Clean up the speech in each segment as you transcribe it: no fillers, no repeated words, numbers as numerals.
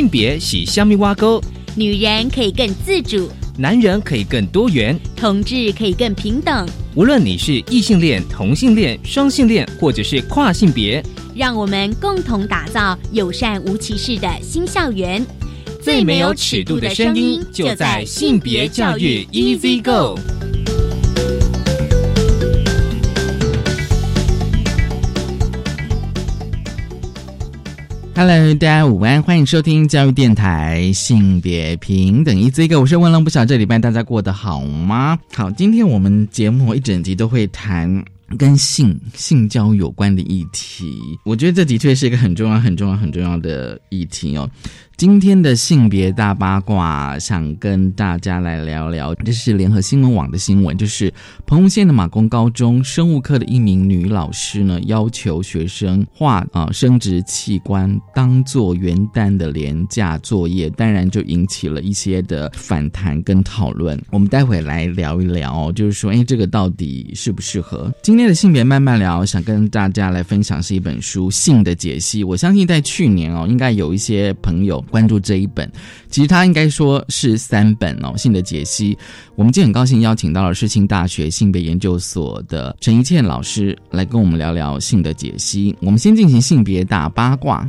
别是虾米挖沟， 女人可以更自主， 男人可以更多元， 同志可以更平等。 无论你是异性恋、同性恋、双性恋，或者是跨性别， 让我们共同打造友善无歧视的新校园。 最没有尺度的声音，就在性别教育 Easy Go。 Hello， 大家午安，欢迎收听教育电台性别平等Easy Go，我是问龙，不晓得这礼拜大家过得好吗？好，今天我们节目一整集都会谈跟性交有关的议题，我觉得这的确是一个很重要的议题哦。今天的性别大八卦，想跟大家来聊聊，这是联合新闻网的新闻，就是澎湖县的马公高中生物课的一名女老师呢，要求学生画生殖器官当作元旦的连假作业，当然就引起了一些的反弹跟讨论。我们待会来聊一聊，就是说，这个到底适不适合？今天的性别慢慢聊，想跟大家来分享是一本书《性的解析》。我相信在去年应该有一些朋友关注这一本，其实它应该说是3本《性的解析》。我们今天很高兴邀请到了世新大学性别研究所的陈怡倩老师来跟我们聊聊《性的解析》。我们先进行性别大八卦。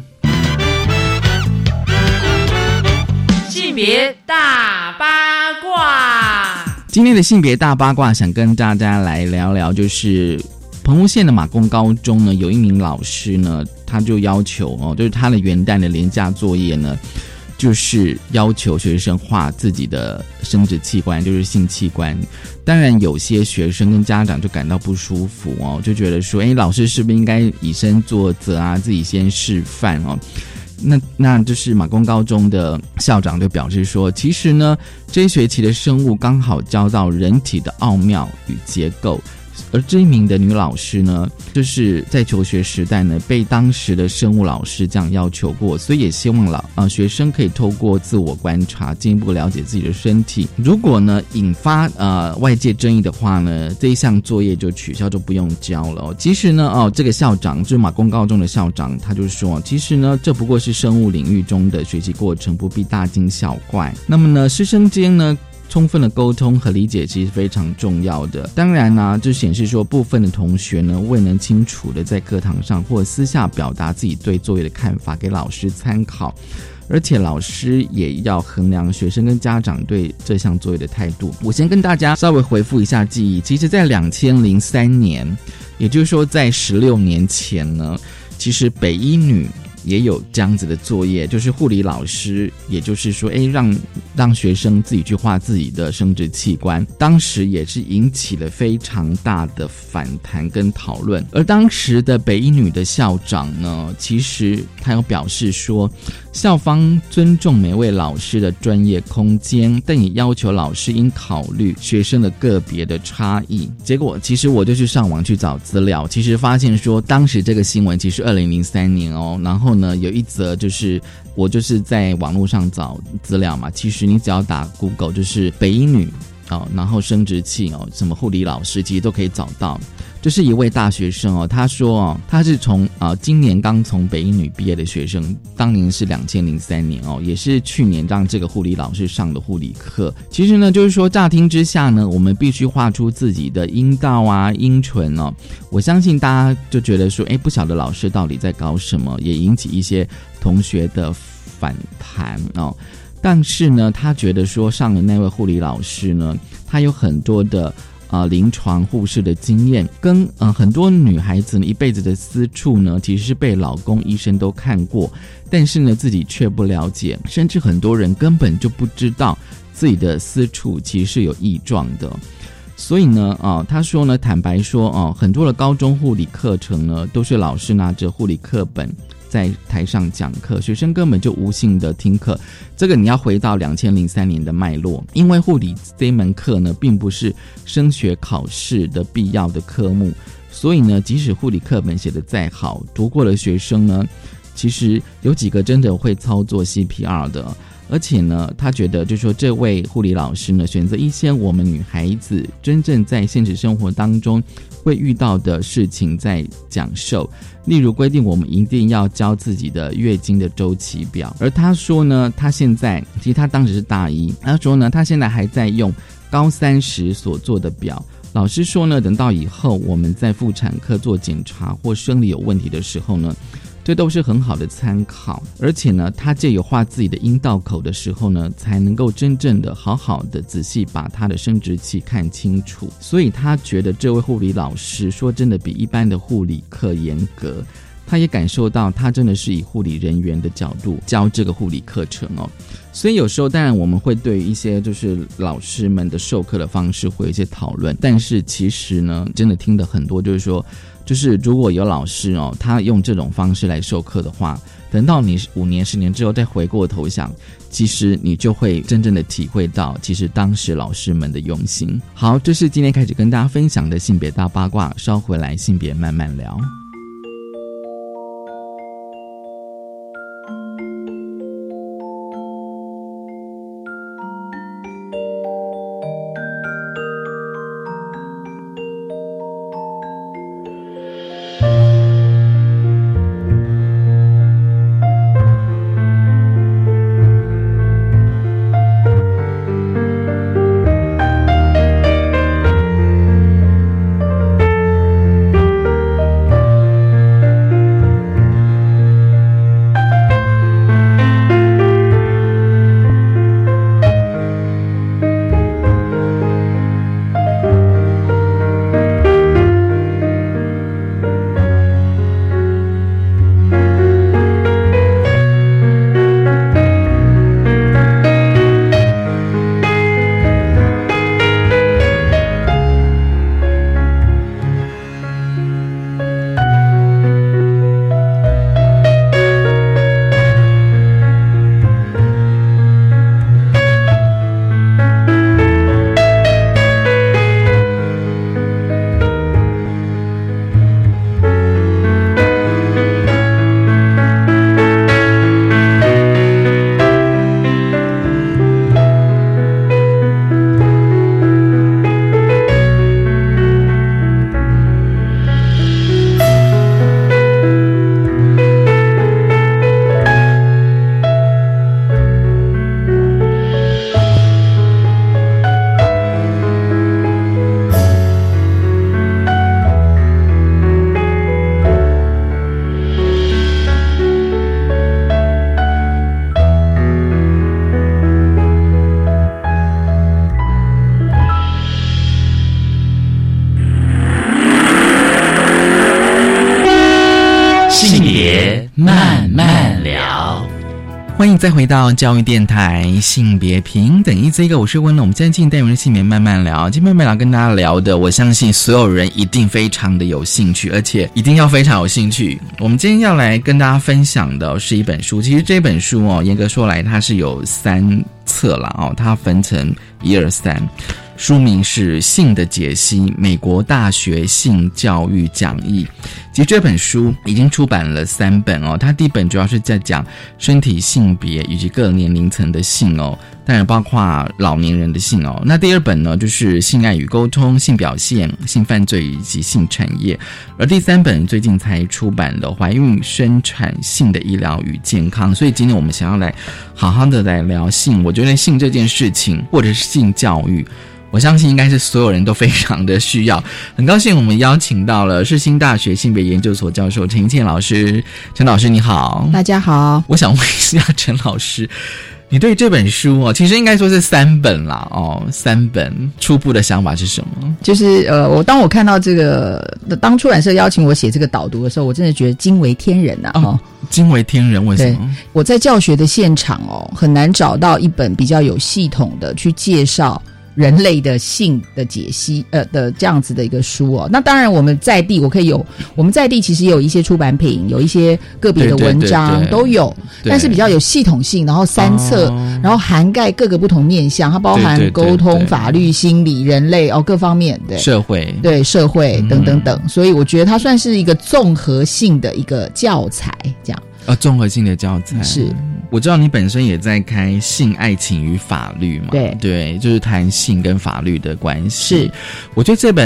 性别大八卦， 今天的性别大八卦想跟大家来聊聊，就是澎湖县的马公高中呢，有一名老师呢，他就要求就是他的元旦的连假作业呢，就是要求学生画自己的生殖器官，就是性器官。当然有些学生跟家长就感到不舒服就觉得说，老师是不是应该以身作则啊，自己先示范那就是马公高中的校长就表示说，其实呢，这一学期的生物刚好教到人体的奥妙与结构。而这一名的女老师呢，就是在求学时代呢，被当时的生物老师这样要求过，所以也希望学生可以透过自我观察，进一步了解自己的身体。如果呢引发外界争议的话呢，这一项作业就取消，就不用交了。其实呢这个校长就是马公高中的校长，他就说，其实呢这不过是生物领域中的学习过程，不必大惊小怪。那么呢师生间呢充分的沟通和理解其实非常重要的。当然就显示说部分的同学呢未能清楚的在课堂上或私下表达自己对作业的看法给老师参考，而且老师也要衡量学生跟家长对这项作业的态度。我先跟大家稍微回复一下记忆，其实在2003年，也就是说在16年前呢，其实北一女也有这样子的作业，就是护理老师，也就是说让学生自己去画自己的生殖器官，当时也是引起了非常大的反弹跟讨论。而当时的北一女的校长呢，其实他有表示说，校方尊重每位老师的专业空间，但也要求老师应考虑学生的个别的差异。结果其实我就去上网去找资料，其实发现说当时这个新闻其实2003年然后呢有一则就是我就是在网络上找资料嘛，其实你只要打 Google 就是北一女然后生殖器什么护理老师，其实都可以找到。就是一位大学生他说他是从今年刚从北一女毕业的学生，当年是2003年也是去年让这个护理老师上的护理课。其实呢就是说乍听之下呢，我们必须画出自己的阴道啊阴唇我相信大家就觉得说不晓得老师到底在搞什么，也引起一些同学的反弹但是呢他觉得说上的那位护理老师呢，他有很多的临床护士的经验，跟很多女孩子呢一辈子的私处呢，其实是被老公医生都看过，但是呢自己却不了解，甚至很多人根本就不知道自己的私处其实是有异状的。所以呢他说呢，坦白说很多的高中护理课程呢，都是老师拿着护理课本在台上讲课，学生根本就无心的听课。这个你要回到2003年的脉络，因为护理这一门课呢，并不是升学考试的必要的科目，所以呢，即使护理课本写得再好，读过的学生呢，其实有几个真的会操作 CPR 的， 而且呢，他觉得就是说这位护理老师呢，选择一些我们女孩子真正在现实生活当中会遇到的事情在讲授，例如规定我们一定要交自己的月经的周期表。而他说呢，他现在其实他当时是大一，他说呢，他现在还在用高3时所做的表。老师说呢，等到以后我们在妇产科做检查或生理有问题的时候呢，这都是很好的参考。而且呢，他借由画自己的阴道口的时候呢，才能够真正的好好的仔细把他的生殖器看清楚。所以他觉得这位护理老师说真的比一般的护理课严格，他也感受到他真的是以护理人员的角度教这个护理课程哦。所以有时候当然我们会对于一些就是老师们的授课的方式会有一些讨论，但是其实呢，真的听得很多就是说，就是如果有老师哦，他用这种方式来授课的话，等到你5年10年之后再回过头想，其实你就会真正的体会到其实当时老师们的用心。好，这是今天开始跟大家分享的性别大八卦，稍回来性别慢慢聊。 慢慢聊， 欢迎再回到教育电台性别平等一这个，我是温乐。我们今天进单元的性别慢慢聊，今天慢慢聊跟大家聊的，我相信所有人一定非常的有兴趣，而且一定要非常有兴趣。我们今天要来跟大家分享的是一本书，其实这本书哦，严格说来它是有3册啦哦，它分成1、2、3。书名是《性的解析：美国大学性教育讲义》。其实这本书已经出版了3本哦。它第一本主要是在讲身体性别以及各年龄层的性哦，当然包括老年人的性哦。那第2本呢，就是性爱与沟通、性表现、性犯罪以及性产业。而第3本最近才出版了《怀孕、生产、性的医疗与健康》。所以今天我们想要来好好的来聊性，我觉得性这件事情，或者是性教育，我相信应该是所有人都非常的需要。很高兴我们邀请到了世新大学性别研究所教授陈怡倩老师。陈老师你好。 大家好。 我想问一下陈老师，你对这本书哦，其实应该说是3本啦哦，3本初步的想法是什么？ 就是当我看到这个，当出版社邀请我写这个导读的时候，我真的觉得惊为天人啊！ 哦，惊为天人，为什么？ 我在教学的现场哦，很难找到一本比较有系统的去介绍人类的性的解析的这样子的一个书哦。那当然我们在地我们在地其实也有一些出版品，有一些个别的文章，对都有，但是比较有系统性，然后3册，然后涵盖各个不同面向，它包含沟通、法律、心理、人类各方面，对社会等等等，所以我觉得它算是一个综合性的一个教材这样。 综合性的教材是。 我知道你本身也在开性、爱情与法律嘛，对，就是谈性跟法律的关系。是，我觉得这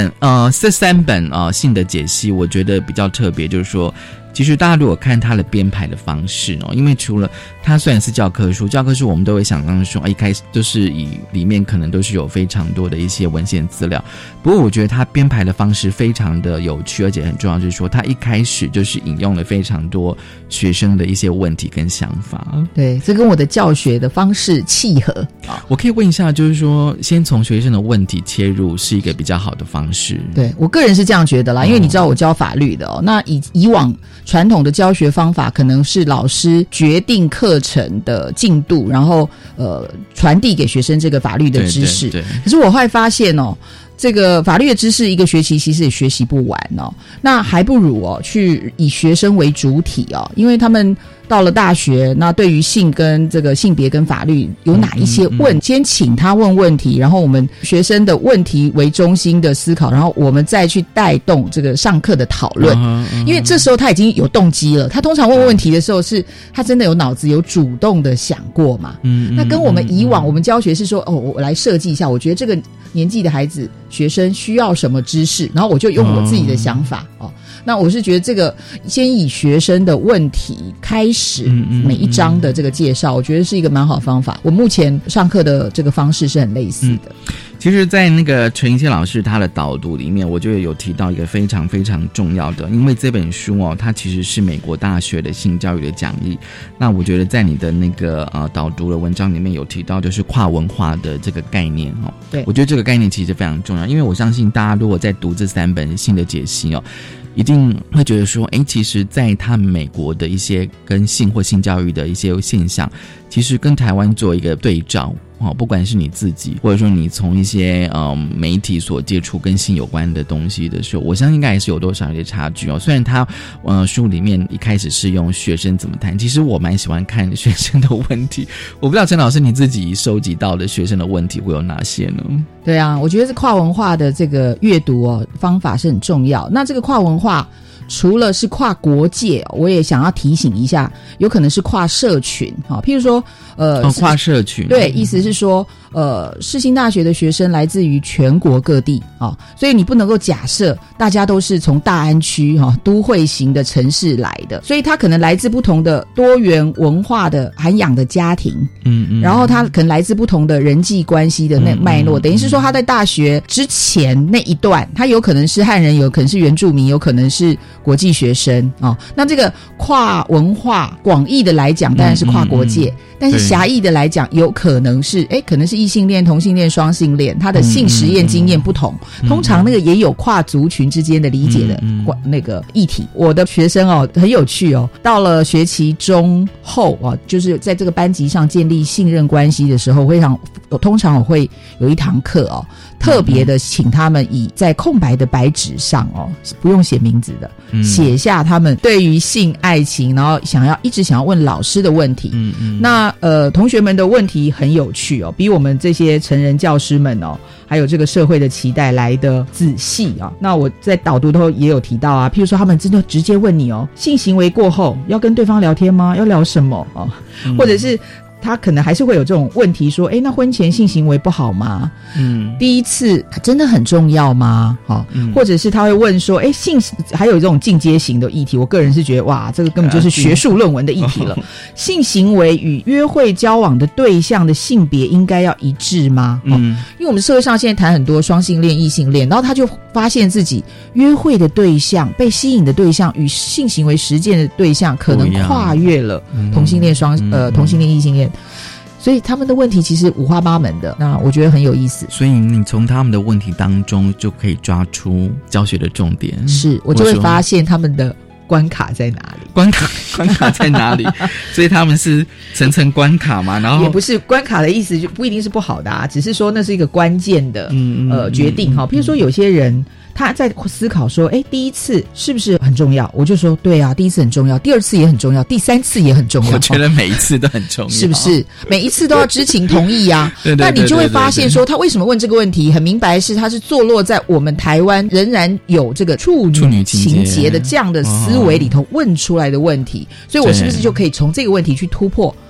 3本性的解析，我觉得比较特别，就是说。其实大家如果看它的编排的方式因为除了它虽然是教科书我们都会想象说一开始就是里面可能都是有非常多的一些文献资料，不过我觉得它编排的方式非常的有趣，而且很重要就是说它一开始就是引用了非常多学生的一些问题跟想法。 对，这跟我的教学的方式契合。 我可以问一下，就是说先从学生的问题切入是一个比较好的方式？ 对，我个人是这样觉得啦，因为你知道我教法律的那以往传统的教学方法可能是老师决定课程的进度，然后传递给学生这个法律的知识。对，可是我后来发现这个法律的知识一个学期其实也学习不完那还不如去以学生为主体因为他们到了大学，那对于性跟这个性别跟法律有哪一些先请他问问题，然后我们学生的问题为中心的思考，然后我们再去带动这个上课的讨论。因为这时候他已经有动机了，他通常问问题的时候是他真的有脑子有主动的想过嘛。那跟我们以往我们教学是说我来设计一下，我觉得这个年纪的孩子学生需要什么知识，然后我就用我自己的想法那我是觉得这个先以学生的问题开始每一章的这个介绍，我觉得是一个蛮好的方法。我目前上课的这个方式是很类似的。 其实在那个陈怡茜老师他的导读里面，我觉得有提到一个非常非常重要的，因为这本书它其实是美国大学的性教育的讲义。那我觉得在你的那个导读的文章里面有提到就是跨文化的这个概念对，我觉得这个概念其实非常重要，因为我相信大家如果在读这3本性的解析一定会觉得说其实在他们美国的一些跟性或性教育的一些现象，其实跟台湾做一个对照不管是你自己或者说你从一些媒体所接触跟性有关的东西的时候，我相信应该还是有多少一些差距虽然他书里面一开始是用学生怎么谈，其实我蛮喜欢看学生的问题。我不知道陈老师你自己收集到的学生的问题会有哪些呢？ 对啊，我觉得是跨文化的这个阅读方法是很重要。那这个跨文化除了是跨国界，我也想要提醒一下，有可能是跨社群譬如说跨社群， 对，意思是说世新大学的学生来自于全国各地所以你不能够假设大家都是从大安区都会型的城市来的，所以他可能来自不同的多元文化的涵养的家庭，然后他可能来自不同的人际关系的那脉络，等于是说他在大学之前那一段，他有可能是汉人，有可能是原住民，有可能是国际学生那这个跨文化广义的来讲当然是跨国界，但是狭义的来讲有可能是可能是异性恋、同性恋、双性恋，他的性实验经验不同，通常那个也有跨族群之间的理解的那个议题。我的学生很有趣到了学期中后就是在这个班级上建立信任关系的时候，通常我会有一堂课特别的请他们以在空白的白纸上不用写名字的写下他们对于性爱情然后一直想要问老师的问题。那同学们的问题很有趣比我们这些成人教师们还有这个社会的期待来的仔细那我在导读都也有提到譬如说他们真的直接问你性行为过后要跟对方聊天吗？要聊什么或者是他可能还是会有这种问题说那婚前性行为不好吗？第一次真的很重要吗？或者是他会问说性还有这种进阶型的议题，我个人是觉得哇，这个根本就是学术论文的议题了。性行为与约会交往的对象的性别应该要一致吗？因为我们社会上现在谈很多双性恋、异性恋，然后他就发现自己约会的对象、被吸引的对象与性行为实践的对象可能跨越了同性恋、同性恋、异性恋。所以他们的问题其实五花八门的，那我觉得很有意思。 所以你从他们的问题当中就可以抓出教学的重点， 是我就会发现他们的关卡在哪里， 关卡在哪里所以他们是层层关卡嘛，然后也不是关卡的意思就不一定是不好的只是说那是一个关键的决定譬如说有些人他在思考说第一次是不是很重要，我就说对啊，第一次很重要，第二次也很重要，第三次也很重要， 我觉得每一次都很重要， 是不是每一次都要知情同意对，那你就会发现说他为什么问这个问题，很明白是他是坐落在我们台湾仍然有这个处女情节的这样的思维里头问出来的问题，所以我是不是就可以从这个问题去突破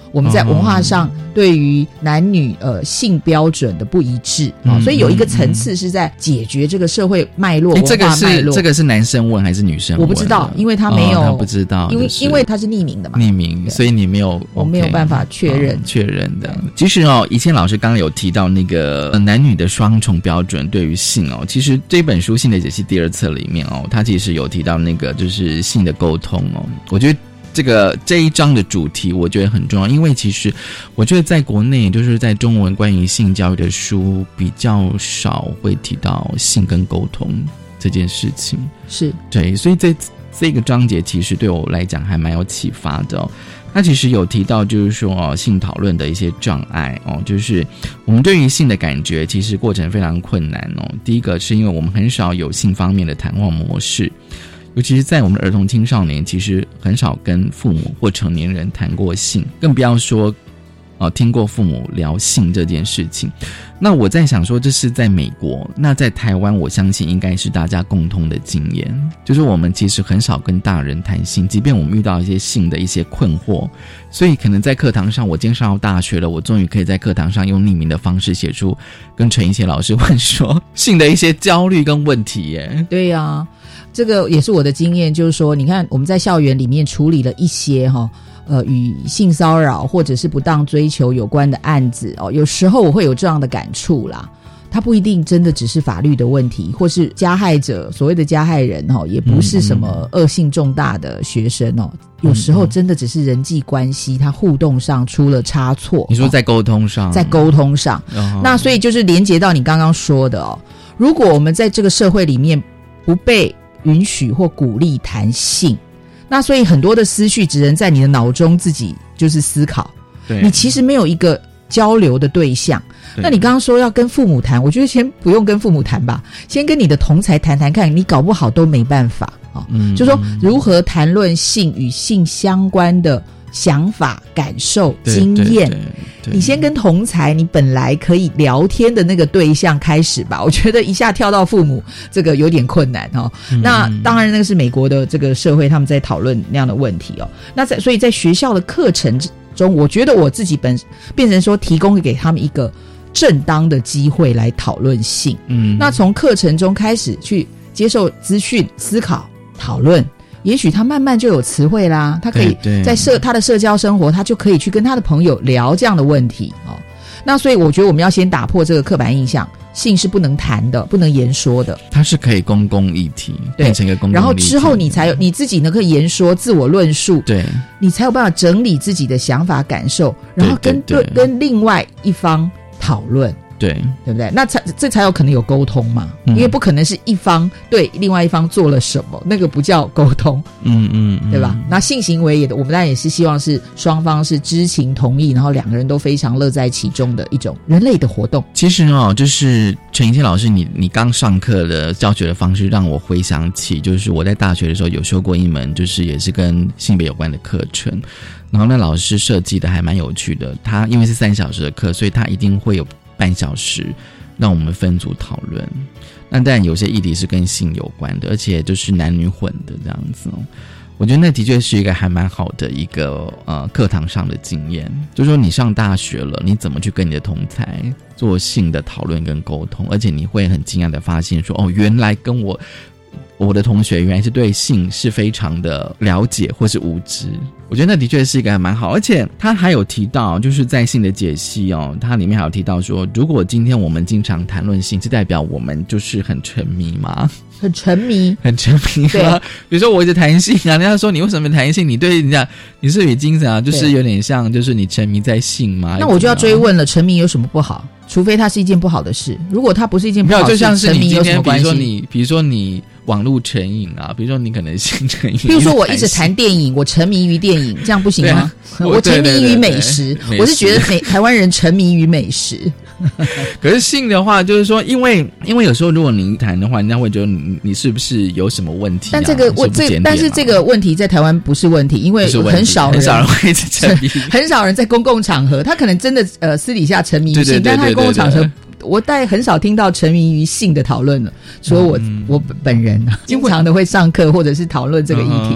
我们在文化上对于男女性标准的不一致所以有一个层次是在解决这个社会脉络、文化脉络。 这个是男生问还是女生问？ 我不知道，因为他没有， 他不知道， 因为他是匿名的嘛， 匿名，所以你没有， 我没有办法确认的。其实宜倩老师刚刚有提到那个男女的双重标准对于性其实这本书《性的解析》第2册里面他其实有提到那个就是性的沟通我觉得这一章的主题我觉得很重要，因为其实我觉得在国内就是在中文关于性教育的书比较少会提到性跟沟通这件事情， 是对，所以这个章节其实对我来讲还蛮有启发的他其实有提到就是说性讨论的一些障碍就是我们对于性的感觉其实过程非常困难第一个是因为我们很少有性方面的谈话模式，尤其是在我们的儿童青少年其实很少跟父母或成年人谈过性，更不要说听过父母聊性这件事情。那我在想说这是在美国，那在台湾我相信应该是大家共通的经验，就是我们其实很少跟大人谈性，即便我们遇到一些性的一些困惑，所以可能在课堂上，我今天上到大学了，我终于可以在课堂上用匿名的方式写出跟陈怡倩老师问说性的一些焦虑跟问题耶。 对啊，这个也是我的经验，就是说你看我们在校园里面处理了一些与性骚扰或者是不当追求有关的案子有时候我会有这样的感触啦，它不一定真的只是法律的问题，或是加害者所谓的加害人也不是什么恶性重大的学生有时候真的只是人际关系他互动上出了差错。 你说在沟通上， 在沟通上那所以就是连结到你刚刚说的如果我们在这个社会里面不被允许或鼓励谈性，那所以很多的思绪只能在你的脑中自己就是思考，你其实没有一个交流的对象。那你刚刚说要跟父母谈，我觉得先不用跟父母谈吧，先跟你的同侪谈谈看，你搞不好都没办法就说如何谈论性与性相关的想法、感受、经验，你先跟同侪你本来可以聊天的那个对象开始吧，我觉得一下跳到父母这个有点困难那当然那个是美国的这个社会他们在讨论那样的问题那所以在学校的课程中，我觉得我自己变成说提供给他们一个正当的机会来讨论性那从课程中开始去接受资讯、思考、讨论，也许他慢慢就有词汇啦，他可以在他的社交生活，他就可以去跟他的朋友聊这样的问题那所以我觉得我们要先打破这个刻板印象，性是不能谈的，不能言说的， 它是可以公共议题，变成一个公共议题， 然后之后你自己呢可以言说、自我论述， 对， 你才有办法整理自己的想法感受，然后跟另外一方讨论， 对不对？那这才有可能有沟通嘛因为不可能是一方对另外一方做了什么，那个不叫沟通对吧？那性行为我们当然也是希望是双方是知情同意，然后两个人都非常乐在其中的一种人类的活动。 其实就是陈怡倩老师你刚上课的教学的方式让我回想起，就是我在大学的时候有修过一门就是也是跟性别有关的课程，然后那老师设计的还蛮有趣的，他因为是3小时的课，所以他一定会有半小时让我们分组讨论，那当然有些议题是跟性有关的，而且就是男女混的这样子我觉得那的确是一个还蛮好的一个课堂上的经验，就是说你上大学了，你怎么去跟你的同侪做性的讨论跟沟通，而且你会很惊讶的发现说原来跟我的同学原来是对性是非常的了解或是无知，我觉得那的确是一个还蛮好。而且他还有提到就是在性的解析他里面还有提到说，如果今天我们经常谈论性，是代表我们就是很沉迷吗？ 很沉迷对比如说我一直谈性人家说你为什么谈性，你对人家你是不是精神就是有点像就是你沉迷在性吗？ 那我就要追问了，沉迷有什么不好？除非它是一件不好的事，如果它不是一件不好的事， 就像是你今天比如说你网络成瘾比如说你可能性成瘾， 比如说我一直谈电影，我沉迷于电影，这样不行吗？我沉迷于美食，我是觉得台湾人沉迷于美食可是性的话就是说因为有时候如果你谈的话，人家会觉得你是不是有什么问题但是这个问题在台湾不是问题，因为很少人会一直沉迷很少人在公共场合，他可能真的私底下沉迷于性，但他在公共场合我大概很少听到沉迷于性的讨论了，所以我本人经常的会上课或者是讨论这个议题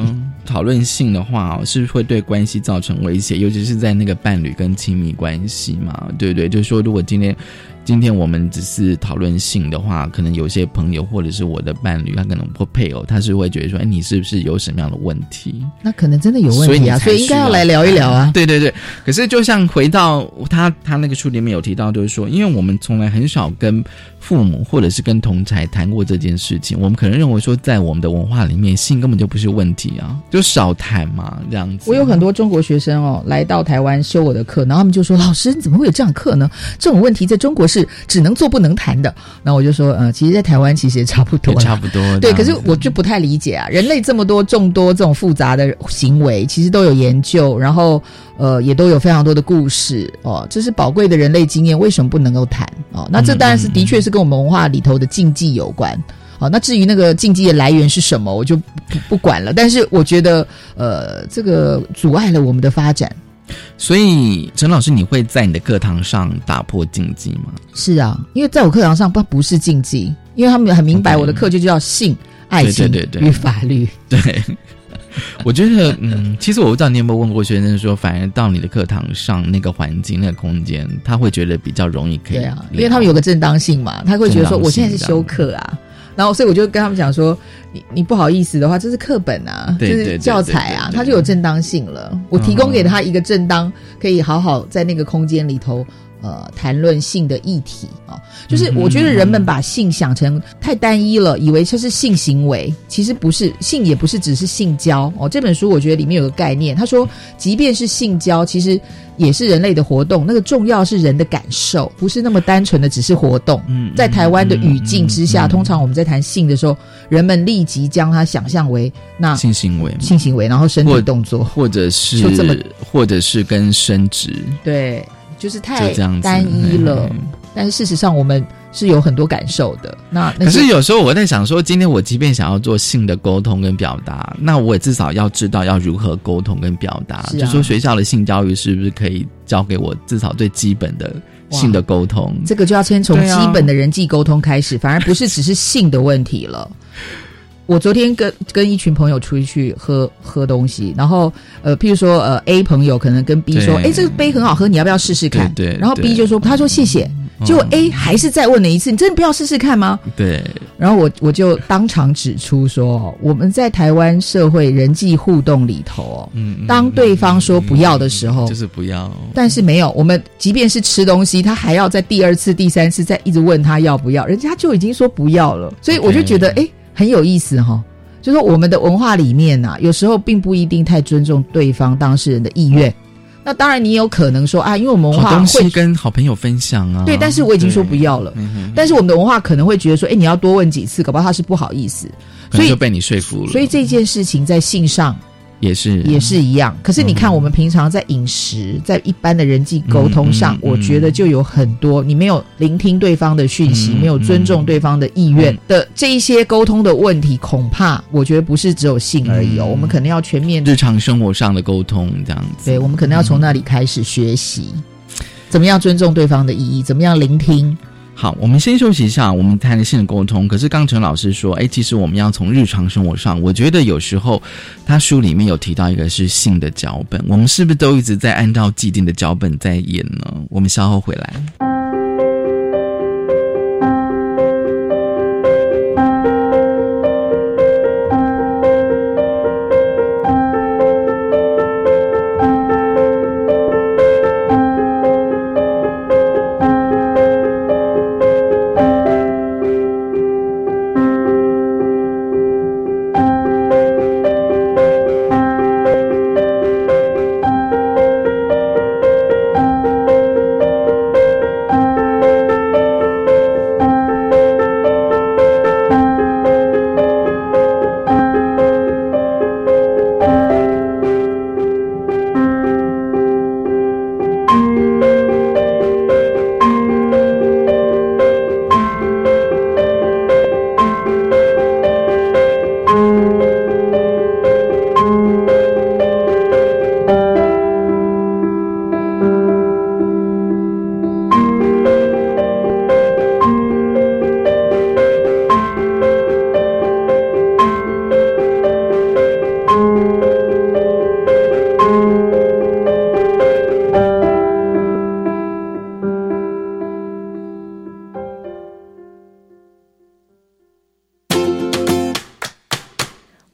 讨论性的话，是会对关系造成威胁，尤其是在那个伴侣跟亲密关系嘛，对不对？就是说，如果今天我们只是讨论性的话，可能有些朋友或者是我的伴侣，他可能或配偶，他是会觉得说，你是不是有什么样的问题？ 那可能真的有问题啊，所以应该要来聊一聊啊。 对对对，可是就像回到他那个书里面有提到，就是说，因为我们从来很少跟父母或者是跟同侪谈过这件事情，我们可能认为说，在我们的文化里面，性根本就不是问题啊，就少谈嘛，这样子。 我有很多中国学生来到台湾修我的课，然后他们就说：“老师，你怎么会有这样的课呢？这种问题在中国是只能做不能谈的。”然后我就说：“其实，在台湾其实也差不多， 差不多。 对，可是我就不太理解啊，人类这么多众多这种复杂的行为，其实都有研究，然后也都有非常多的故事这是宝贵的人类经验，为什么不能够谈那这当然是的确是跟我们文化里头的禁忌有关。那至于那个禁忌的来源是什么，我就不管了。但是我觉得这个阻碍了我们的发展。 所以陈老师，你会在你的课堂上打破禁忌吗？ 是啊，因为在我课堂上不是禁忌，因为他们很明白我的课就叫性、爱情与法律。 对。我觉得其实我不知道你有没有问过学生说，反而到你的课堂上那个环境那个空间，他会觉得比较容易可以。 对啊，因为他们有个正当性嘛，他会觉得说我现在是修课啊，然后所以我就跟他们讲说，你不好意思的话，这是课本啊，这是教材啊，它就有正当性了。我提供给他一个正当，可以好好在那个空间里头谈论性的议题就是我觉得人们把性想成太单一了，以为这是性行为，其实不是，性也不是只是性交这本书我觉得里面有个概念，他说即便是性交其实也是人类的活动，那个重要是人的感受，不是那么单纯的只是活动。在台湾的语境之下，通常我们在谈性的时候，人们立即将它想象为那性行为，然后身体动作， 或者是跟生殖， 对，就是太单一了。但是事实上我们是有很多感受的。可是有时候我在想说，今天我即便想要做性的沟通跟表达，那我也至少要知道要如何沟通跟表达。就说学校的性教育是不是可以教给我至少最基本的性的沟通？ 这个就要先从基本的人际沟通开始，反而不是只是性的问题了。我昨天跟一群朋友出去喝东西，然后譬如说A 朋友可能跟 B 说，这个杯很好喝，你要不要试试看？对，然后 B 就说，他说谢谢。结果 A 还是再问了一次，你真的不要试试看吗？ 对。 然后我就当场指出说，我们在台湾社会人际互动里头当对方说不要的时候， 就是不要。但是没有，我们即便是吃东西，他还要在第二次、第三次再一直问他要不要，人家就已经说不要了。所以我就觉得很有意思就是说我们的文化里面有时候并不一定太尊重对方当事人的意愿。那当然你有可能说因为我们文化会东西跟好朋友分享啊， 对，但是我已经说不要了。但是我们的文化可能会觉得说你要多问几次，搞不好他是不好意思， 所以就被你说服了。 所以这件事情在性上也是一样。可是你看我们平常在饮食在一般的人际沟通上，我觉得就有很多你没有聆听对方的讯息，没有尊重对方的意愿的这一些沟通的问题，恐怕我觉得不是只有性而已我们可能要全面日常生活上的沟通这样子。 对，我们可能要从那里开始学习怎么样尊重对方的意义，怎么样聆听。 好，我们先休息一下，我们谈了性的沟通。可是刚陈老师说其实我们要从日常生活上，我觉得有时候他书里面有提到一个是性的脚本，我们是不是都一直在按照既定的脚本在演呢？我们稍后回来。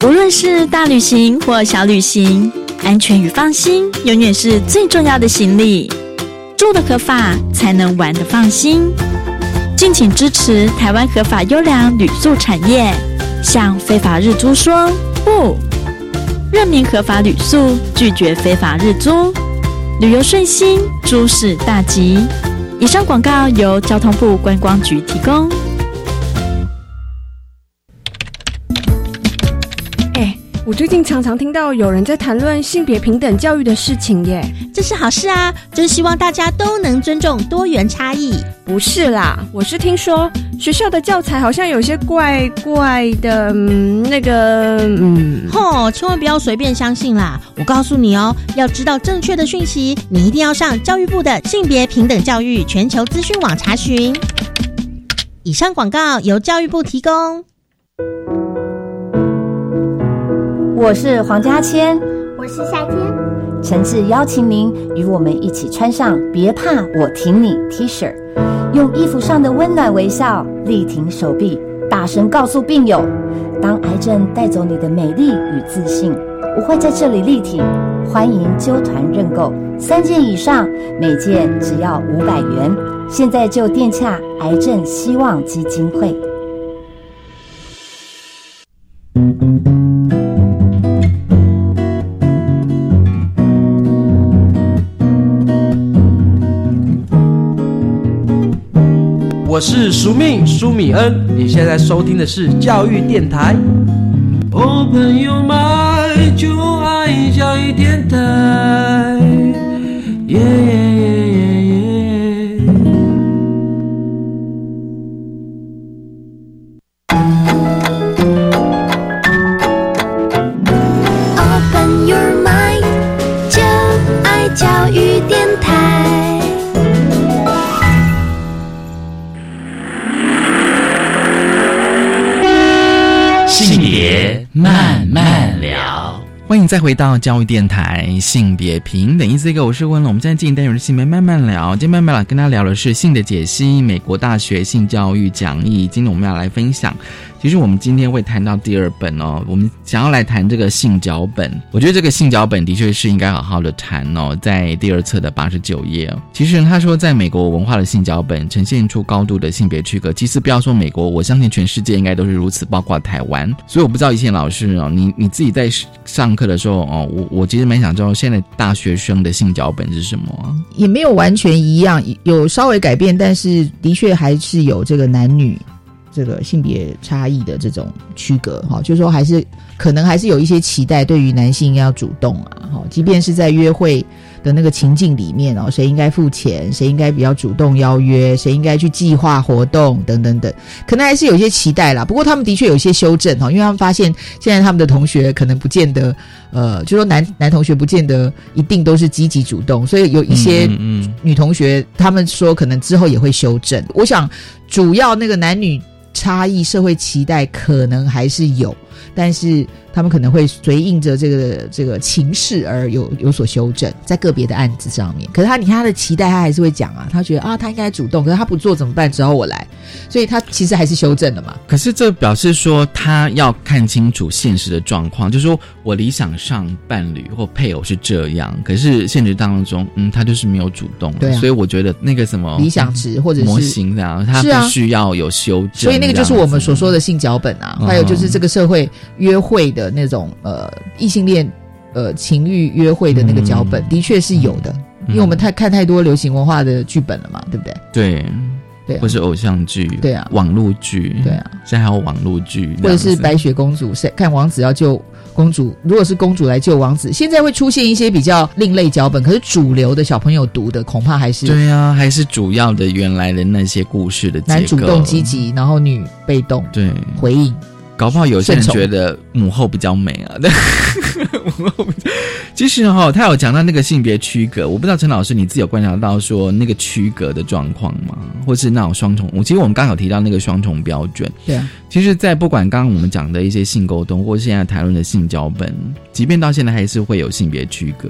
无论是大旅行或小旅行，安全与放心永远是最重要的行李。住得合法，才能玩得放心。敬请支持台湾合法优良旅宿产业，向非法日租说不，认明合法旅宿，拒绝非法日租，旅游顺心，诸事大吉。以上广告由交通部观光局提供。 我最近常常听到有人在谈论性别平等教育的事情耶。 这是好事啊，真希望大家都能尊重多元差异。 不是啦，我是听说学校的教材好像有些怪怪的， 千万不要随便相信啦。我告诉你哦，要知道正确的讯息，你一定要上教育部的性别平等教育全球资讯网查询。以上广告由教育部提供。 我是黄嘉千， 我是夏天， 诚挚邀请您与我们一起穿上别怕我挺你 T 恤，用衣服上的温暖微笑力挺手臂，大声告诉病友，当癌症带走你的美丽与自信，我会在这里力挺。欢迎揪团认购，3件以上每件只要500元，现在就电洽癌症希望基金会。 我是苏米恩，你现在收听的是教育电台。Open your mind， 就爱教育电台。 Open your mind， 就爱教育电台。 性别慢慢聊， 欢迎再回到教育电台性别平等141，我是温龙。我们现在进行单元的性别慢慢聊，今天慢慢聊跟大家聊的是性的解析，美国大学性教育讲义。今天我们要来分享，其实我们今天会谈到第2本哦，我们想要来谈这个性脚本。我觉得这个性脚本的确是应该好好的谈哦，在第2册的89页哦。其实他说，在美国文化的性脚本呈现出高度的性别区隔。其实不要说美国，我相信全世界应该都是如此，包括台湾。所以我不知道以前老师哦，你自己在上课的时候哦，我其实蛮想知道现在大学生的性脚本是什么啊？ 也没有完全一样，有稍微改变，但是的确还是有这个男女这个性别差异的这种区隔哈，就是说可能还是有一些期待，对于男性要主动啊，即便是在约会的那个情境里面哦，谁应该付钱，谁应该比较主动邀约，谁应该去计划活动等等等，可能还是有一些期待啦。不过他们的确有一些修正哈，因为他们发现现在他们的同学可能不见得就说男同学不见得一定都是积极主动，所以有一些女同学他们说可能之后也会修正。我想主要那个男女差异社会期待可能还是有，但是他们可能会随应着这个情势而有所修正，在个别的案子上面。可是你看他的期待，他还是会讲啊，他觉得啊他应该主动，可是他不做怎么办？只好我来，所以他其实还是修正了嘛。 可是这表示说他要看清楚现实的状况，就是说我理想上伴侣或配偶是这样，可是现实当中他就是没有主动，对啊，所以我觉得那个什么理想值或者是模型这样，他必须要有修正， 所以那个就是我们所说的性脚本啊，还有就是这个社会约会的那种异性恋情欲约会的那个脚本，的确是有的，因为我们看太多流行文化的剧本了嘛，对不对？ 对，或是偶像剧， 对啊， 网络剧，对啊，现在还有网络剧， 或者是白雪公主，看王子要救公主，如果是公主来救王子，现在会出现一些比较另类脚本，可是主流的小朋友读的恐怕还是对啊，还是主要的原来的那些故事的结构， 男主动积极，然后女被动，对，回应。 搞不好有些人觉得母后比较美啊，其实他有讲到那个性别区隔，我不知道陈老师你自己有观察到说那个区隔的状况吗？或是那种双重，其实我们刚好提到那个双重标准，对啊，其实在不管刚刚我们讲的一些性沟通，或是现在谈论的性脚本，即便到现在还是会有性别区隔。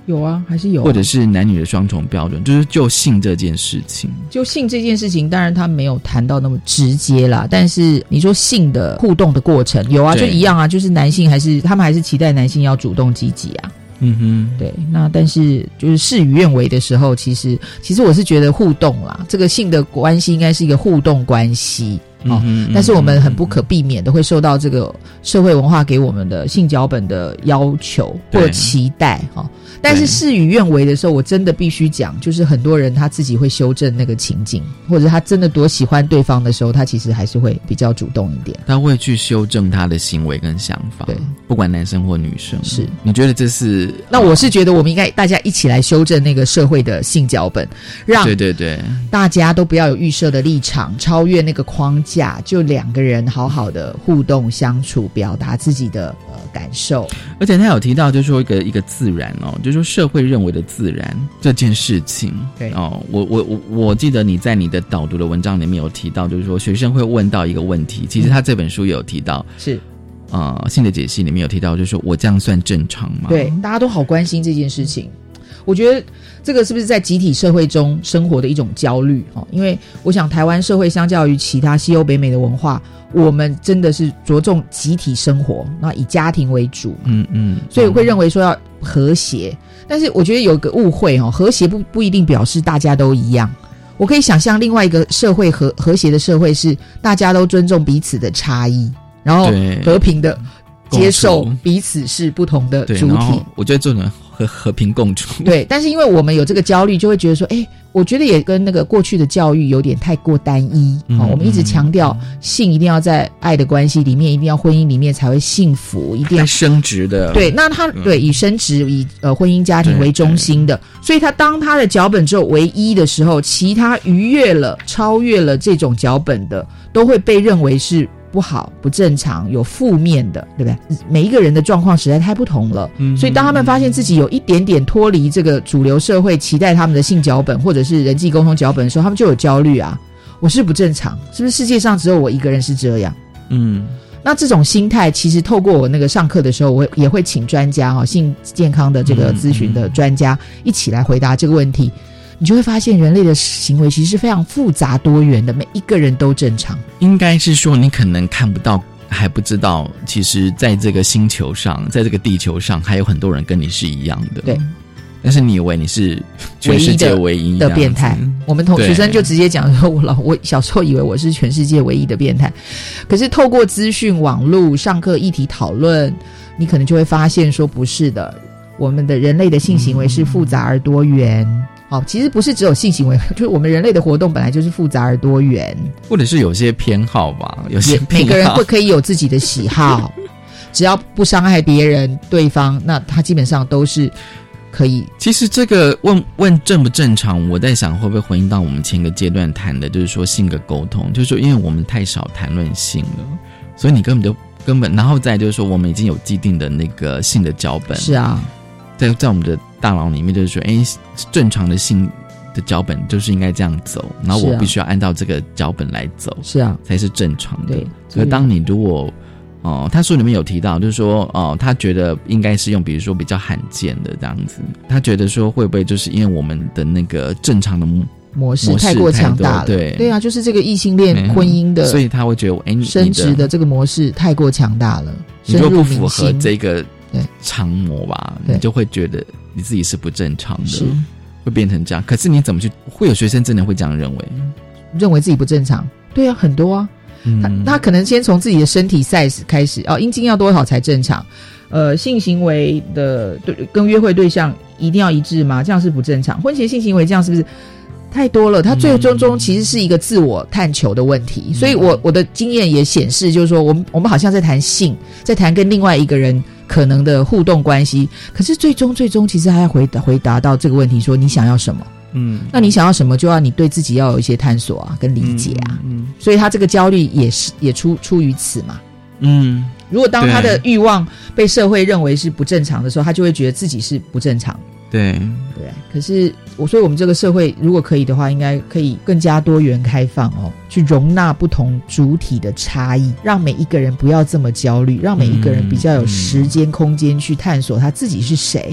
有啊，还是有或者是男女的双重标准，就是就性这件事情。 就性这件事情，当然他没有谈到那么直接啦，但是你说性的互动的过程有啊，就一样啊，就是男性他们还是期待男性要主动积极啊。对，那但是就是事与愿违的时候，其实我是觉得互动啦，这个性的关系应该是一个互动关系。但是我们很不可避免的会受到这个社会文化给我们的性脚本的要求或者期待但是事与愿违的时候，我真的必须讲，就是很多人他自己会修正那个情境，或者他真的多喜欢对方的时候，他其实还是会比较主动一点， 他会去修正他的行为跟想法。对，不管男生或女生。是，你觉得这是？ 那我是觉得我们应该大家一起来修正那个社会的性脚本，让对大家都不要有预设的立场，超越那个框架，就两个人好好的互动相处，表达自己的感受。 而且他有提到，就是说一个自然就是说社会认为的自然这件事情。对我记得你在你的导读的文章里面有提到，就是说学生会问到一个问题，其实他这本书也有提到，是性的解析里面有提到，就是说我这样算正常吗？ 对，大家都好关心这件事情。我觉得这个是不是在集体社会中生活的一种焦虑因为我想台湾社会相较于其他西欧北美的文化，我们真的是着重集体生活，那以家庭为主，所以会认为说要和谐。但是我觉得有个误会和谐不一定表示大家都一样。我可以想象另外一个社会和谐的社会是大家都尊重彼此的差异，然后和平的接受彼此是不同的主体。 我觉得这种和平共处。 对，但是因为我们有这个焦虑，就会觉得说我觉得也跟那个过去的教育有点太过单一我们一直强调性一定要在爱的关系里面，一定要婚姻里面才会幸福，一定要升职的。 对，那他对以升职以婚姻家庭为中心的，所以当他的脚本只有唯一的时候，其他逾越了超越了这种脚本的都会被认为是不好、不正常、有负面的，对不对？每一个人的状况实在太不同了，所以当他们发现自己有一点点脱离这个主流社会期待他们的性脚本或者是人际沟通脚本的时候，他们就有焦虑啊，我是不正常，是不是世界上只有我一个人是这样？那这种心态其实透过我那个上课的时候，我也会请专家性健康的这个咨询的专家一起来回答这个问题。你就会发现人类的行为其实是非常复杂多元的，每一个人都正常。 应该是说你可能看不到还不知道，其实在这个星球上，在这个地球上还有很多人跟你是一样的。对，但是你以为你是全世界唯一的变态。我们学生就直接讲说，我小时候以为我是全世界唯一的变态，可是透过资讯网络上课议题讨论，你可能就会发现说不是的，我们的人类的性行为是复杂而多元。其实不是只有性行为，就是我们人类的活动本来就是复杂而多元， 或者是有些偏好吧，有些每个人可以有自己的喜好，只要不伤害别人对方，那他基本上都是可以。 其实这个问正不正常，我在想会不会回应到我们前个阶段谈的，就是说性的沟通，就是说因为我们太少谈论性了，所以你根本，然后再就是说我们已经有既定的那个性的脚本。 是啊， 在我们的大脑里面就是说正常的性的脚本就是应该这样走，然后我必须要按照这个脚本来走， 是啊， 才是正常的。可当你如果他书里面有提到，就是说他觉得应该是用比如说比较罕见的这样子，他觉得说会不会就是因为我们的那个正常的模式太过强大了。对啊，就是这个异性恋婚姻的， 所以他会觉得生殖的这个模式太过强大了， 你如果不符合这个常模吧，你就会觉得你自己是不正常的，会变成这样。可是你怎么去？会有学生真的会这样认为自己不正常？对啊，很多啊。他可能先从自己的身体 size 开始阴茎要多少才正常？性行为的跟约会对象一定要一致吗？这样是不正常。婚前性行为这样是不是太多了？它最终其实是一个自我探求的问题。所以我的经验也显示，就是说我们好像在谈性，在谈跟另外一个人可能的互动关系，可是最终其实还要回答到这个问题，说你想要什么？那你想要什么，就要你对自己要有一些探索啊，跟理解啊。所以他这个焦虑也出于此嘛。如果当他的欲望被社会认为是不正常的时候，他就会觉得自己是不正常。 对， 可是所以我们这个社会如果可以的话，应该可以更加多元开放去容纳不同主体的差异，让每一个人不要这么焦虑，让每一个人比较有时间空间去探索他自己是谁。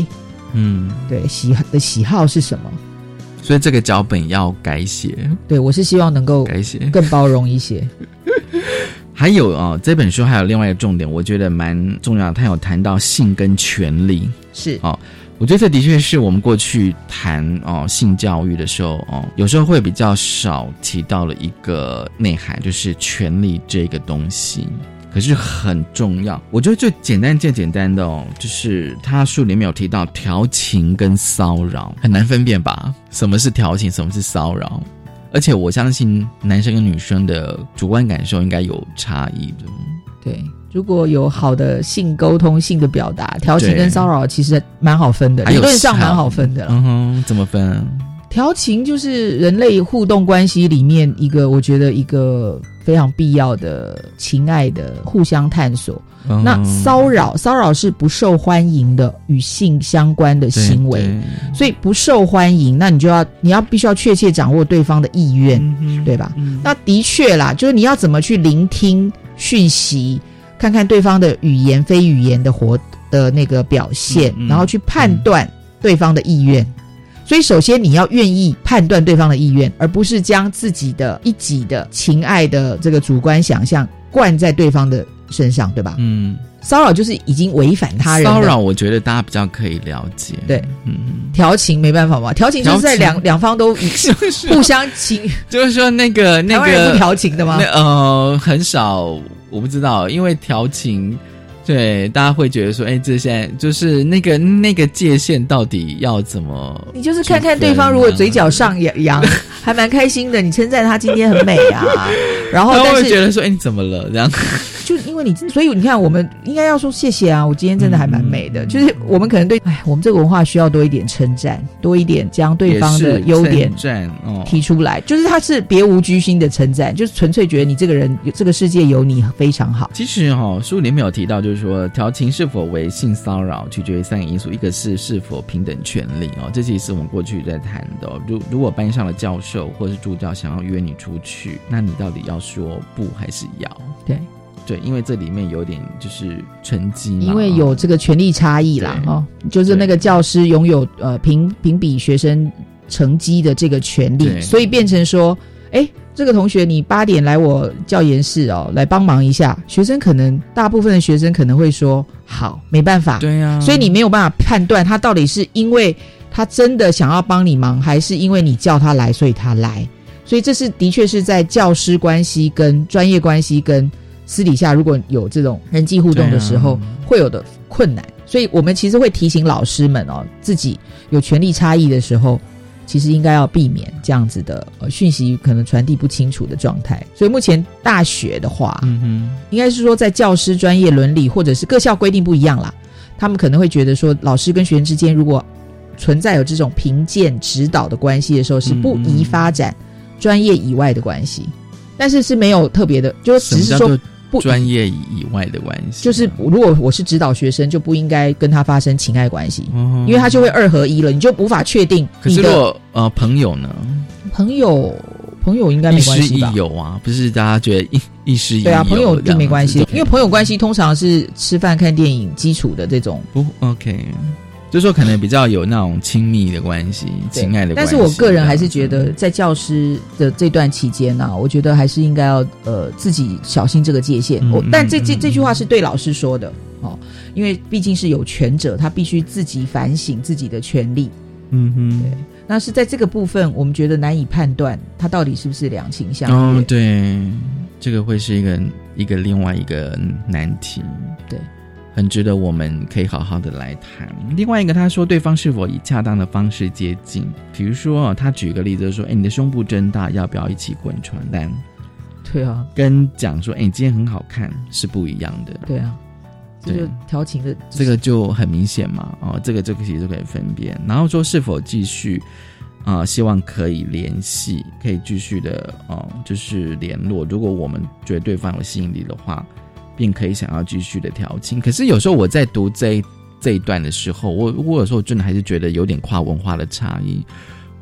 对，喜好是什么？ 所以这个脚本要改写。 对，我是希望能够改写更包容一些。 还有这本书还有另外一个重点，我觉得蛮重要的，它有谈到性跟权利。 是我觉得这的确是我们过去谈性教育的时候有时候会比较少提到了一个内涵，就是权利这个东西。可是很重要，我觉得最简单的就是他书里面有提到调情跟骚扰，很难分辨吧？什么是调情，什么是骚扰？而且我相信男生跟女生的主观感受应该有差异的。 对，如果有好的性沟通、性的表达，调情跟骚扰其实蛮好分的，理论上蛮好分的。 怎么分？ 调情就是人类互动关系里面我觉得一个非常必要的情爱的互相探索。那骚扰是不受欢迎的与性相关的行为，所以不受欢迎，那你必须要确切掌握对方的意愿，对吧？那的确啦，就是你要怎么去聆听讯息，看看对方的语言非语言的那个表现，然后去判断对方的意愿。所以首先你要愿意判断对方的意愿，而不是将自己的一己的情爱的这个主观想象灌在对方的身上，对吧？骚扰就是已经违反他人的。骚扰我觉得大家比较可以了解。 对，调情没办法嘛，调情就是在两方都互相情， 就是说那个台湾人不调情的吗？ 很少，我不知道，因为调情。对，大家会觉得说，这现在就是那个界限到底要怎么？你就是看看对方如果嘴角上扬，还蛮开心的，你称赞他今天很美啊，然后但是会觉得说，你怎么了？这样。 就因为所以你看，我们应该要说谢谢啊，我今天真的还蛮美的。就是我们可能我们这个文化需要多一点称赞，多一点将对方的优点提出来，就是他是别无居心的称赞，就是纯粹觉得你这个人这个世界有你非常好。 其实书里面有提到，就是说调情是否为性骚扰取决于3个因素，一个是否平等权利这其实是我们过去在谈的如果班上的教授或是助教想要约你出去，那你到底要说不还是要？对，因为这里面有点就是成绩嘛， 因为有这个权力差异啦就是那个教师拥有评比学生成绩的这个权利，所以变成说这个同学你8点来我教研室来帮忙一下，大部分的学生可能会说好，没办法。 对啊， 所以你没有办法判断他到底是因为他真的想要帮你忙，还是因为你叫他来所以他来。所以这是的确是在教师关系跟专业关系跟私底下如果有这种人际互动的时候会有的困难。所以我们其实会提醒老师们自己有权力差异的时候，其实应该要避免这样子的讯息可能传递不清楚的状态。所以目前大学的话应该是说在教师专业伦理或者是各校规定不一样啦，他们可能会觉得说老师跟学生之间如果存在有这种评鉴指导的关系的时候，是不宜发展专业以外的关系。但是没有特别的，就只是说不专业以外的关系， 就是如果我是指导学生，就不应该跟他发生情爱关系，因为他就会2合1了，你就无法确定你的。 可是如果朋友呢？ 朋友应该没关系吧？ 亦师亦友啊，不是大家觉得亦师亦友？ 对啊，朋友就没关系，因为朋友关系通常是吃饭看电影基础的这种。 不 OK。就是说可能比较有那种亲密的关系，情爱的关系。 但是我个人还是觉得在教师的这段期间我觉得还是应该要自己小心这个界限。但这句话是对老师说的因为毕竟是有权者，他必须自己反省自己的权利。对。那是在这个部分我们觉得难以判断他到底是不是两情相悦。 对，这个会是一个另外一个难题。 对， 很值得我们可以好好的来谈。另外一个，他说对方是否以恰当的方式接近，比如说他举个例子说你的胸部真大，要不要一起滚床单？ 对啊， 跟讲说你今天很好看是不一样的。 对啊，这就调情的这个就很明显嘛这个其实就可以分辨。然后说是否继续希望可以联系，可以继续的就是联络，如果我们觉得对方有吸引力的话，并可以想要继续的调情。可是有时候我在读这一段的时候，我有时候真的还是觉得有点跨文化的差异。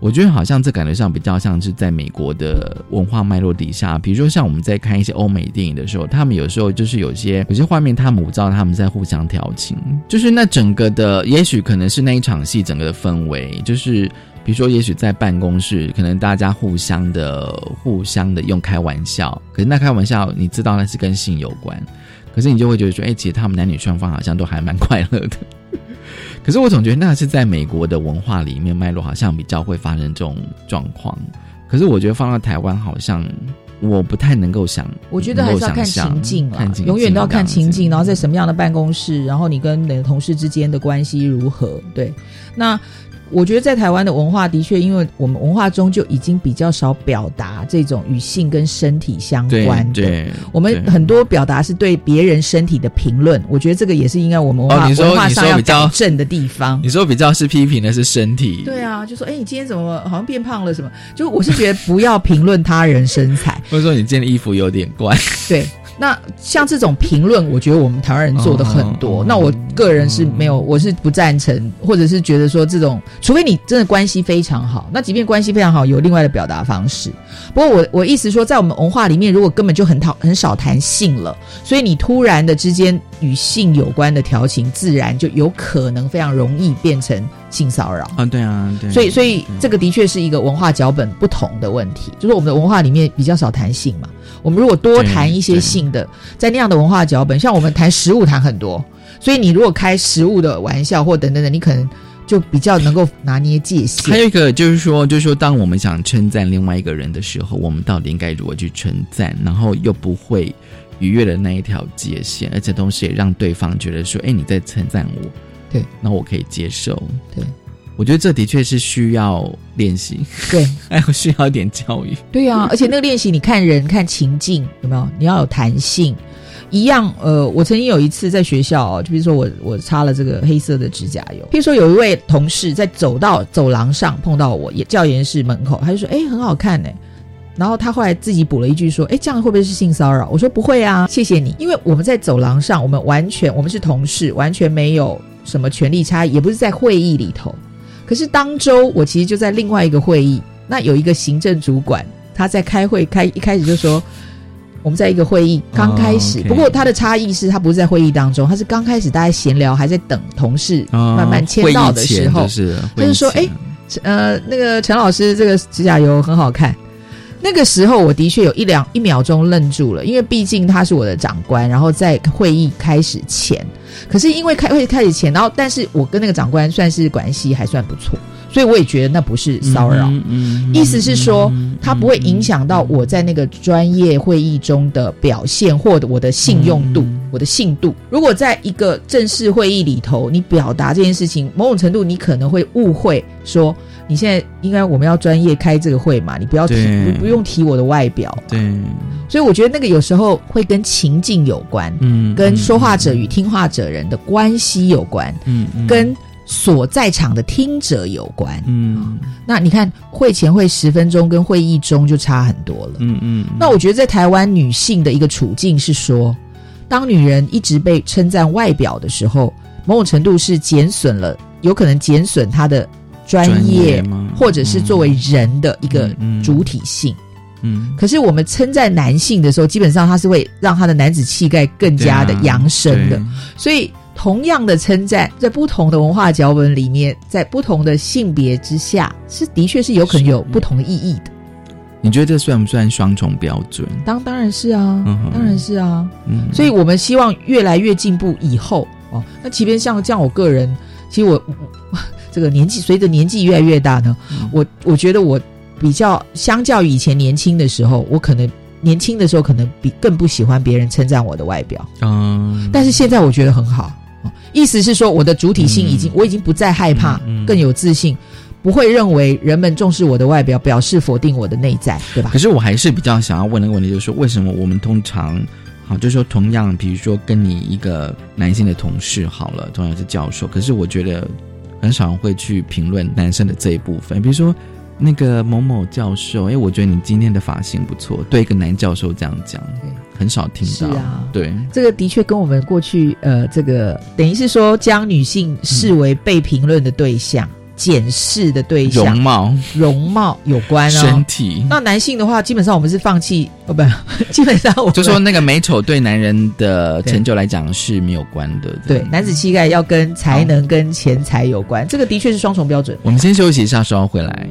我觉得好像这感觉上比较像是在美国的文化脉络底下，比如说像我们在看一些欧美电影的时候，他们有时候就是有些画面，他们我知道他们在互相调情，就是那整个的，也许可能是那一场戏整个的氛围，就是比如说也许在办公室，可能大家互相的用开玩笑，可是那开玩笑你知道那是跟性有关，可是你就会觉得说，其实他们男女双方好像都还蛮快乐的。可是我总觉得那是在美国的文化里面脉络好像比较会发生这种状况，可是我觉得放到台湾好像我不太能够想， 我觉得还是要看情境啦，永远都要看情境，然后在什么样的办公室，然后你跟你的同事之间的关系如何。对，那我觉得在台湾的文化的确，因为我们文化中就已经比较少表达这种与性跟身体相关的，对，我们很多表达是对别人身体的评论，我觉得这个也是应该我们文化上要改正的地方。 你说比较是批评的是身体， 对啊，就说你今天怎么好像变胖了什么，就我是觉得不要评论他人身材或者说你今天的衣服有点怪， 对，那像这种评论我觉得我们台湾人做的很多，那我个人是没有，我是不赞成，或者是觉得说这种除非你真的关系非常好，那即便关系非常好有另外的表达方式。不过我意思说在我们文化里面如果根本就很少谈性了，所以你突然的之间与性有关的调情自然就有可能非常容易变成性骚扰啊，对啊，对， 所以这个的确是一个文化脚本不同的问题，就是我们的文化里面比较少谈性嘛，我们如果多谈一些性的，在那样的文化脚本，像我们谈食物谈很多，所以你如果开食物的玩笑或等等的，你可能就比较能够拿捏界限。 还有一个就是说当我们想称赞另外一个人的时候，我们到底应该如何去称赞，然后又不会逾越了那一条界限，而且同时也让对方觉得说你在称赞我， 对， 那我可以接受。 对， 我觉得这的确是需要练习，对，还有需要一点教育。 对啊，而且那个练习你看人看情境有没有，你要有弹性一样。我曾经有一次在学校就比如说我擦了这个黑色的指甲油，譬如说有一位同事在走到走廊上碰到我，教研室门口，他就说很好看然后他后来自己补了一句说这样会不会是性骚扰？我说不会啊，谢谢你，因为我们在走廊上我们是同事，完全没有什么权力差异，也不是在会议里头。可是当周我其实就在另外一个会议，那有一个行政主管他在开会一开始就说我们在一个会议刚开始不过他的差异是他不是在会议当中，他是刚开始大家闲聊还在等同事慢慢签到的时候，他就说那个陈老师这个指甲油很好看。那个时候我的确有一秒钟愣住了，因为毕竟他是我的长官，然后在会议开始前，可是因为会议开始前，然后但是我跟那个长官算是关系还算不错，所以我也觉得那不是骚扰，意思是说它不会影响到我在那个专业会议中的表现或者我的信用度，我的信度。如果在一个正式会议里头你表达这件事情，某种程度你可能会误会说你现在应该我们要专业开这个会嘛，你不用提我的外表。 对， 所以我觉得那个有时候会跟情境有关，跟说话者与听话者人的关系有关，跟所在场的听者有关。那你看会前会10分钟跟会议中就差很多了。那我觉得在台湾女性的一个处境是说，当女人一直被称赞外表的时候，某种程度是有可能减损她的专业或者是作为人的一个主体性。可是我们称赞男性的时候，基本上他是会让他的男子气概更加的扬升的。所以同样的称赞在不同的文化脚本里面，在不同的性别之下，的确是有可能有不同的意义的。 你觉得这算不算双重标准？当然是啊，当然是啊。所以我们希望越来越进步以后那即便像这样，我个人其实我这个随着年纪越来越大呢，我觉得我比较相较于以前年轻的时候，我可能年轻的时候可能更不喜欢别人称赞我的外表，但是现在我觉得很好。意思是说我的主体性我已经不再害怕，更有自信，不会认为人们重视我的外表表示否定我的内在，对吧？ 可是我还是比较想要问的问题就是说，为什么我们通常就是说同样比如说跟你一个男性的同事好了，同样是教授，可是我觉得很少人会去评论男生的这一部分，比如说那个某某教授，我觉得你今天的发型不错，对一个男教授这样讲，很少听到。是啊，对， 这个的确跟我们过去这个等于是说将女性视为被评论的对象， 检视的对象，容貌有关哦， 身体。 那男性的话，基本上我们是放弃不，基本上我们就说那个美丑对男人的成就来讲是没有关的。 对，男子气概要跟才能跟钱财有关，这个的确是双重标准。 我们先休息一下，稍后回来。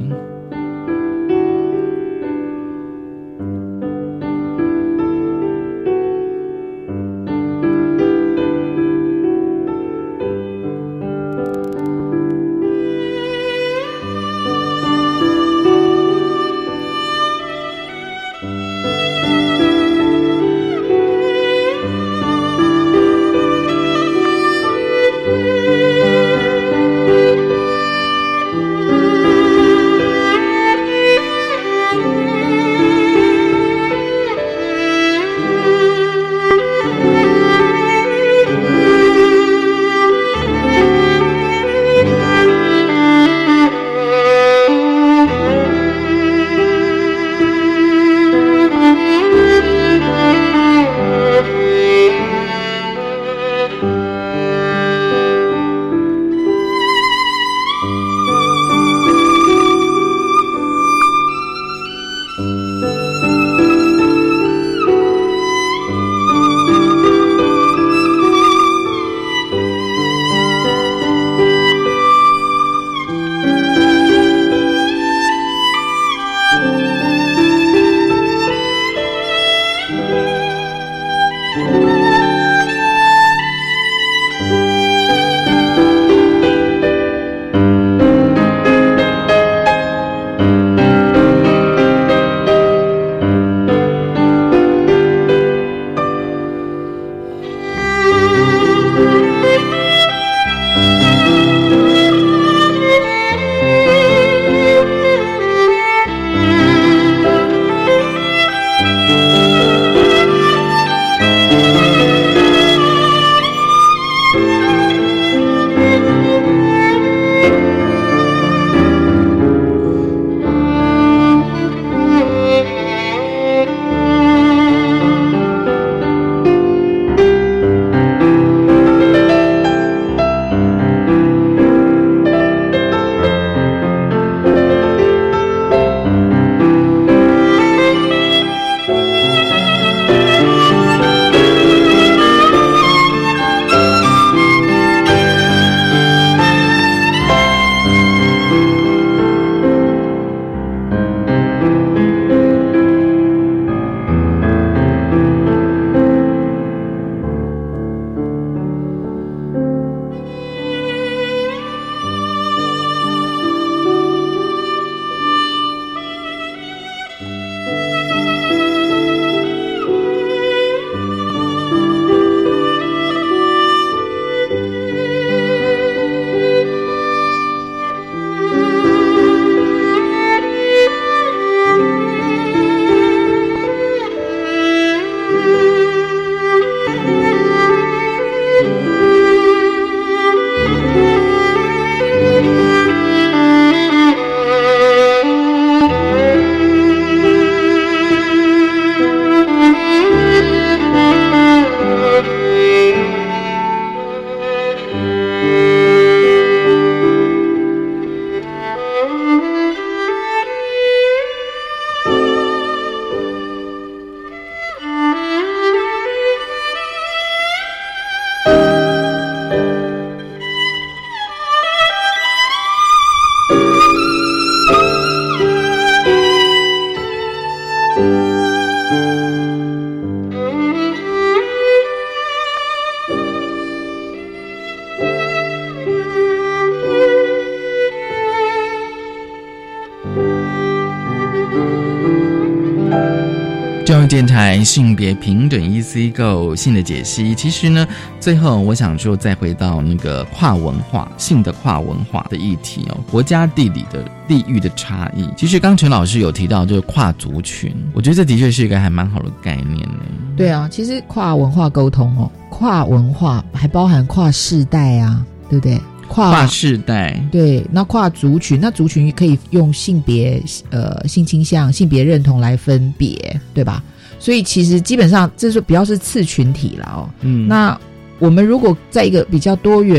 教育电台性别平等 EasyGo 性的解析。其实呢，最后我想就再回到那个跨文化性的跨文化的议题哦，国家地理的地域的差异。其实刚陈老师有提到就是跨族群，我觉得这的确是一个还蛮好的概念呢。 对啊，其实跨文化沟通哦，跨文化还包含跨世代啊，对不对？ 跨世代， 对，那跨族群，那族群可以用性别、性倾向、性别认同来分别，对吧？所以其实基本上这是比较是次群体啦哦。那我们如果在一个比较多元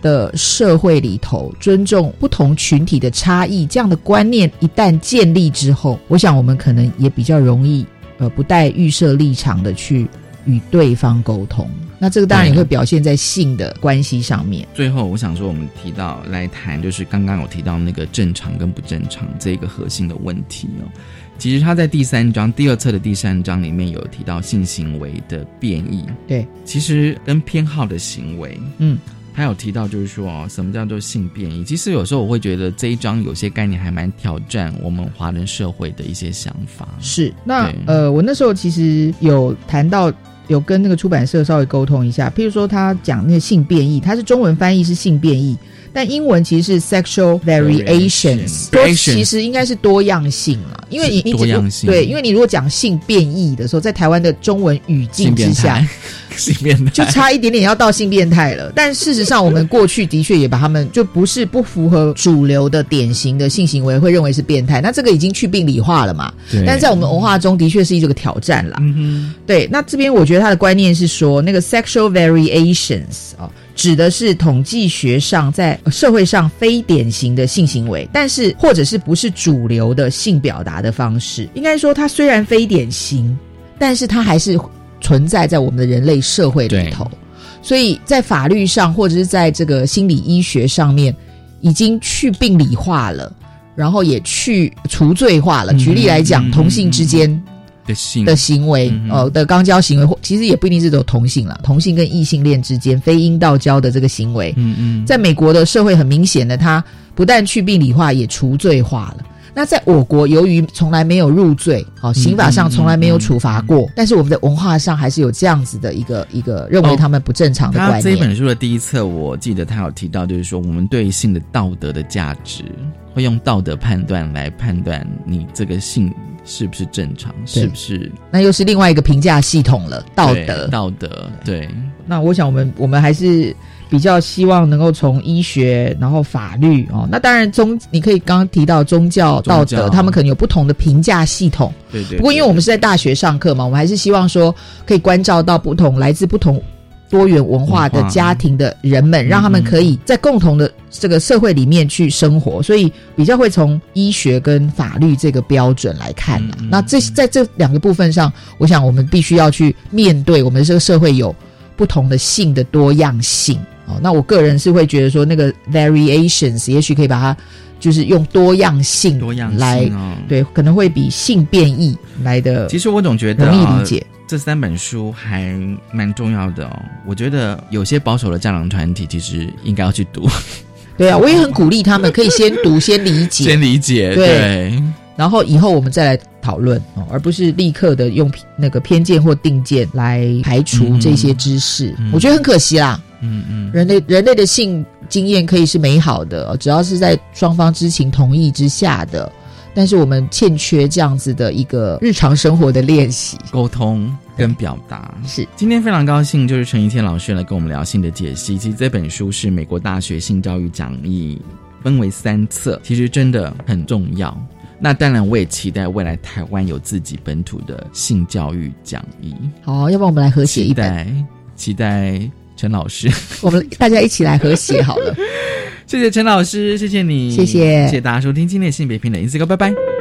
的社会里头，尊重不同群体的差异，这样的观念一旦建立之后，我想我们可能也比较容易不带预设立场的去与对方沟通。那这个当然也会表现在性的关系上面。 最后我想说，我们提到来谈，就是刚刚有提到那个正常跟不正常这个核心的问题哦。其实他在第3章第2册的第3章里面有提到性行为的变异， 对， 其实跟偏好的行为，他有提到就是说什么叫做性变异。其实有时候我会觉得这一章有些概念还蛮挑战我们华人社会的一些想法。 是，那我那时候其实有谈到，有跟那个出版社稍微沟通一下，譬如说他讲那个性变异，他是中文翻译是性变异，但英文其实是 sexual variations， 说其实应该是多样性啦，因为你多样性， 对，因为你如果讲性变异的时候，在台湾的中文语境之下， 性变态就差一点点要到性变态了。但事实上，我们过去的确也把他们就不符合主流的典型的性行为会认为是变态，那这个已经去病理化了嘛？但是在我们文化中的确是一个挑战啦。对，那这边我觉得他的观念是说，那个 sexual variations 指的是统计学上在社会上非典型的性行为，但是或者是不是主流的性表达的方式。应该说它虽然非典型，但是它还是存在在我们的人类社会里头，所以在法律上或者是在这个心理医学上面已经去病理化了，然后也去除罪化了。举例来讲，同性之间的行为的肛交行为，其实也不一定是有同性啦，同性跟异性恋之间非阴道交的这个行为，在美国的社会很明显的，它不但去病理化，也除罪化了。那在我国，由于从来没有入罪，刑法上从来没有处罚过，但是我们的文化上还是有这样子的一个认为他们不正常的观念。 他这本书的第1册，我记得他有提到，就是说我们对性的道德的价值，会用道德判断来判断你这个性是不是正常，是不是？ 那又是另外一个评价系统了，道德，对。那我想我们还是比较希望能够从医学，然后法律那当然你可以刚刚提到宗教道德，他们可能有不同的评价系统。 对。 不过因为我们是在大学上课嘛，我们还是希望说可以关照到来自不同多元文化的家庭的人们，让他们可以在共同的这个社会里面去生活，所以比较会从医学跟法律这个标准来看啦。那在这2个部分上，我想我们必须要去面对我们这个社会有不同的性的多样性。那我个人是会觉得说，那个 variations 也许可以把它就是用多样性来对，可能会比性变异来的。 其实我总觉得容易理解。 这3本书还蛮重要的我觉得有些保守的家长团体其实应该要去读。 对啊，我也很鼓励他们可以先读先理解先理解，对， 然后以后我们再来讨论而不是立刻的用那个偏见或定见来排除这些知识。我觉得很可惜啦。人类的性经验可以是美好的，只要是在双方知情同意之下的，但是我们欠缺这样子的一个日常生活的练习、 沟通跟表达。 是， 今天非常高兴，就是陈一天老师来跟我们聊性的解析。其实这本书是美国大学性教育讲义，分为3册，其实真的很重要。那当然我也期待未来台湾有自己本土的性教育讲义。 好，要不然我们来合写一本， 期待陈老师我们大家一起来合写好了。 谢谢陈老师，谢谢你， 谢谢大家收听今天的性别平等149，拜拜。